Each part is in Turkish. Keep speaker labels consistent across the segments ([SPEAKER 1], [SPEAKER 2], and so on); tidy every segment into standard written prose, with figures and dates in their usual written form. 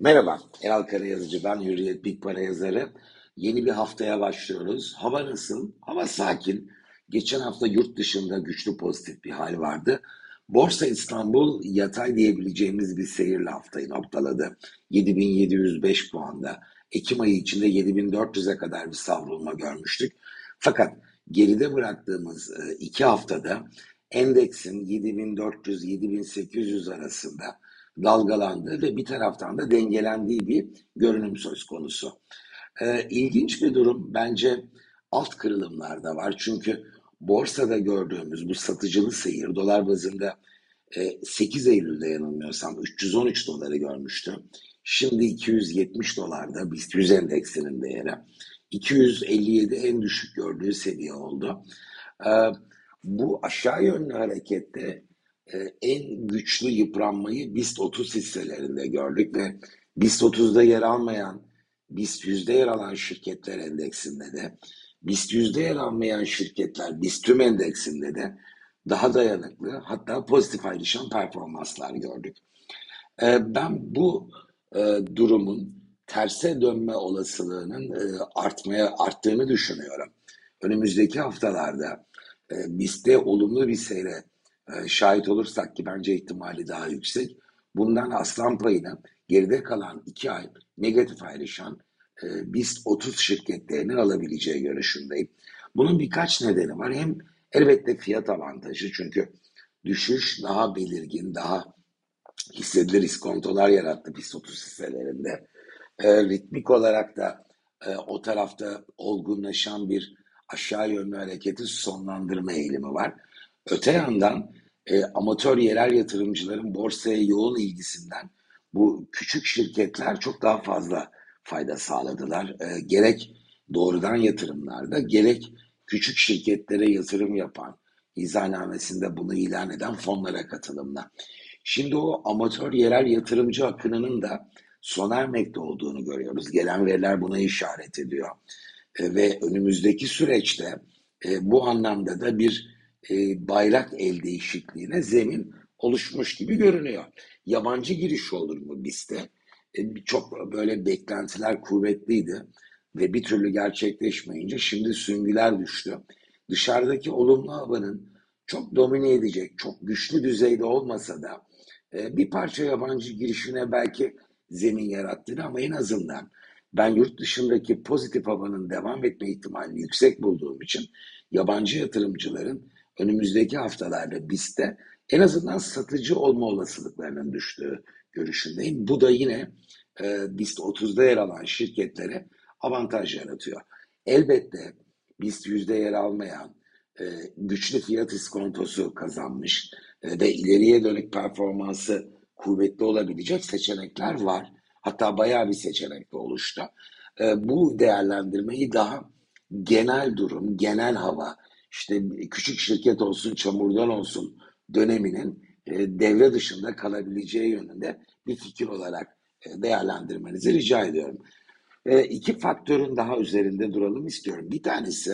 [SPEAKER 1] Merhaba, Erol Karayazıcı ben, Hürriyet Big Para yazarı. Yeni bir haftaya başlıyoruz. Hava nasıl? Hava sakin. Geçen hafta yurt dışında güçlü pozitif bir hal vardı. Borsa İstanbul yatay diyebileceğimiz bir seyirle haftayı noktaladı. 7.705 puanda. Ekim ayı içinde 7.400'e kadar bir savrulma görmüştük. Fakat geride bıraktığımız 2 haftada endeksin 7.400-7.800 arasında dalgalandığı ve bir taraftan da dengelendiği bir görünüm söz konusu. İlginç bir durum bence alt kırılımlarda var. Çünkü borsada gördüğümüz bu satıcılı seyir dolar bazında 8 Eylül'de yanılmıyorsam 313 doları görmüştü. Şimdi 270 dolarda BIST 100 endeksinin değeri. 257 en düşük gördüğü seviye oldu. Ee, Bu aşağı yönlü harekette en güçlü yıpranmayı BIST 30 hisselerinde gördük ve BIST 30'da yer almayan, BIST 100'de yer alan şirketler endeksinde de, BIST 100'de yer almayan şirketler BIST tüm endeksinde de daha dayanıklı, hatta pozitif ayrışan performanslar gördük. Ben bu durumun terse dönme olasılığının arttığını düşünüyorum. Önümüzdeki haftalarda BIST'te olumlu bir seyre şahit olursak ki bence ihtimali daha yüksek. Bundan aslan payını geride kalan 2 ay negatif ayrışan BIST 30 şirketlerinin alabileceği görüşündeyim. Bunun birkaç nedeni var. Hem elbette fiyat avantajı, çünkü düşüş daha belirgin, daha hissedilir iskontolar yarattı BIST 30 hisselerinde. Ritmik olarak da o tarafta olgunlaşan bir aşağı yönlü hareketi sonlandırma eğilimi var. Öte yandan amatör yerel yatırımcıların borsaya yoğun ilgisinden bu küçük şirketler çok daha fazla fayda sağladılar. Gerek doğrudan yatırımlarda gerek küçük şirketlere yatırım yapan, izahnamesinde bunu ilan eden fonlara katılımla. Şimdi o amatör yerel yatırımcı akınının da sona ermekte olduğunu görüyoruz. Gelen veriler buna işaret ediyor. Ve önümüzdeki süreçte bu anlamda da bir bayrak el değişikliğine zemin oluşmuş gibi görünüyor. Yabancı giriş olur mu BIST'e? Çok böyle beklentiler kuvvetliydi ve bir türlü gerçekleşmeyince şimdi süngüler düştü. Dışarıdaki olumlu havanın çok domine edecek, çok güçlü düzeyde olmasa da bir parça yabancı girişine belki zemin yarattığını, ama en azından ben yurt dışındaki pozitif havanın devam etme ihtimalini yüksek bulduğum için yabancı yatırımcıların önümüzdeki haftalarda BIST'te en azından satıcı olma olasılıklarının düştüğü görüşündeyim. Bu da yine BIST 30'da yer alan şirketlere avantaj yaratıyor. Elbette BIST 100'de yer almayan, güçlü fiyat iskontosu kazanmış ve ileriye dönük performansı kuvvetli olabilecek seçenekler var. Hatta bayağı bir seçenek de oluştu. Bu değerlendirmeyi daha genel durum, genel hava, işte küçük şirket olsun, çamurdan olsun döneminin devre dışında kalabileceği yönünde bir fikir olarak değerlendirmenizi rica ediyorum. İki faktörün daha üzerinde duralım istiyorum. Bir tanesi,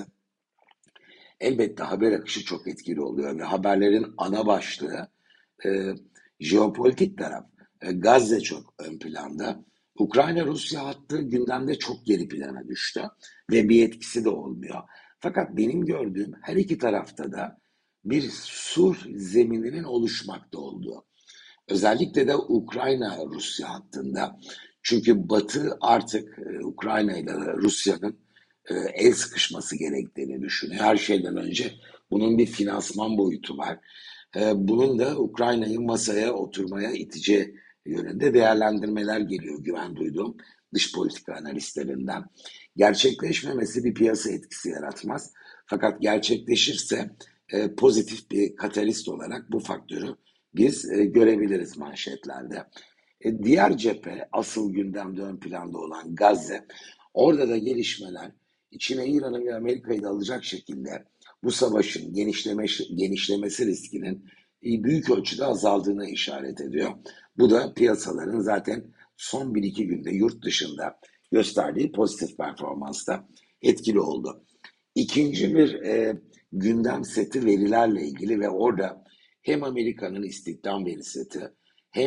[SPEAKER 1] elbette haber akışı çok etkili oluyor ve haberlerin ana başlığı e, jeopolitik taraf. Gazze çok ön planda. Ukrayna-Rusya hattı gündemde çok geri plana düştü ve bir etkisi de olmuyor. Fakat benim gördüğüm her iki tarafta da bir sur zemininin oluşmakta olduğu. Özellikle de Ukrayna-Rusya hattında. Çünkü Batı artık Ukrayna ile Rusya'nın el sıkışması gerektiğini düşünüyor. Her şeyden önce bunun bir finansman boyutu var. Bunun da Ukrayna'yı masaya oturmaya iteceği yönünde değerlendirmeler geliyor güven duyduğum dış politika analistlerinden. Gerçekleşmemesi bir piyasa etkisi yaratmaz. Fakat gerçekleşirse pozitif bir katalist olarak bu faktörü biz görebiliriz manşetlerde. Diğer cephe, asıl gündemde ön planda olan Gazze. Orada da gelişmeler içine İran'ı ve Amerika'yı da alacak şekilde bu savaşın genişlemesi riskinin büyük ölçüde azaldığına işaret ediyor. Bu da piyasaların zaten son 1-2 günde yurt dışında gösterdiği pozitif performansta etkili oldu. İkinci bir gündem seti verilerle ilgili ve orada hem Amerika'nın istihdam veri seti hem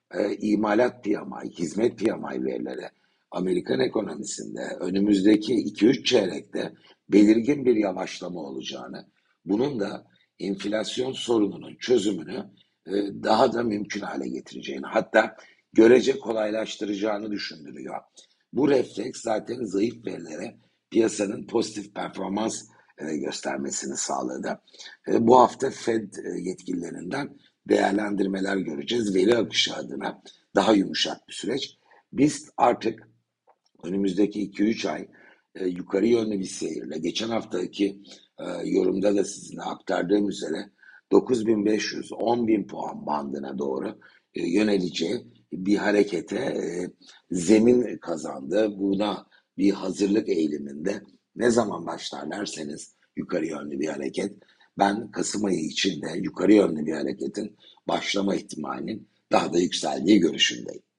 [SPEAKER 1] imalat PMI, hizmet PMI verileri Amerikan ekonomisinde önümüzdeki 2-3 çeyrekte belirgin bir yavaşlama olacağını, bunun da enflasyon sorununun çözümünü daha da mümkün hale getireceğini, hatta görece kolaylaştıracağını düşündürüyor. Bu refleks zaten zayıf verilere piyasanın pozitif performans göstermesini sağladı. Bu hafta Fed yetkililerinden değerlendirmeler göreceğiz. Veri akışı adına daha yumuşak bir süreç. Biz artık önümüzdeki 2-3 ay yukarı yönlü bir seyirle, geçen haftaki yorumda da sizinle aktardığım üzere 9.500-10.000 puan bandına doğru yöneleceği bir harekete zemin kazandı. Buna bir hazırlık eğiliminde ne zaman başlar derseniz yukarı yönlü bir hareket, ben Kasım ayı içinde yukarı yönlü bir hareketin başlama ihtimalinin daha da yükseldiği görüşündeyim.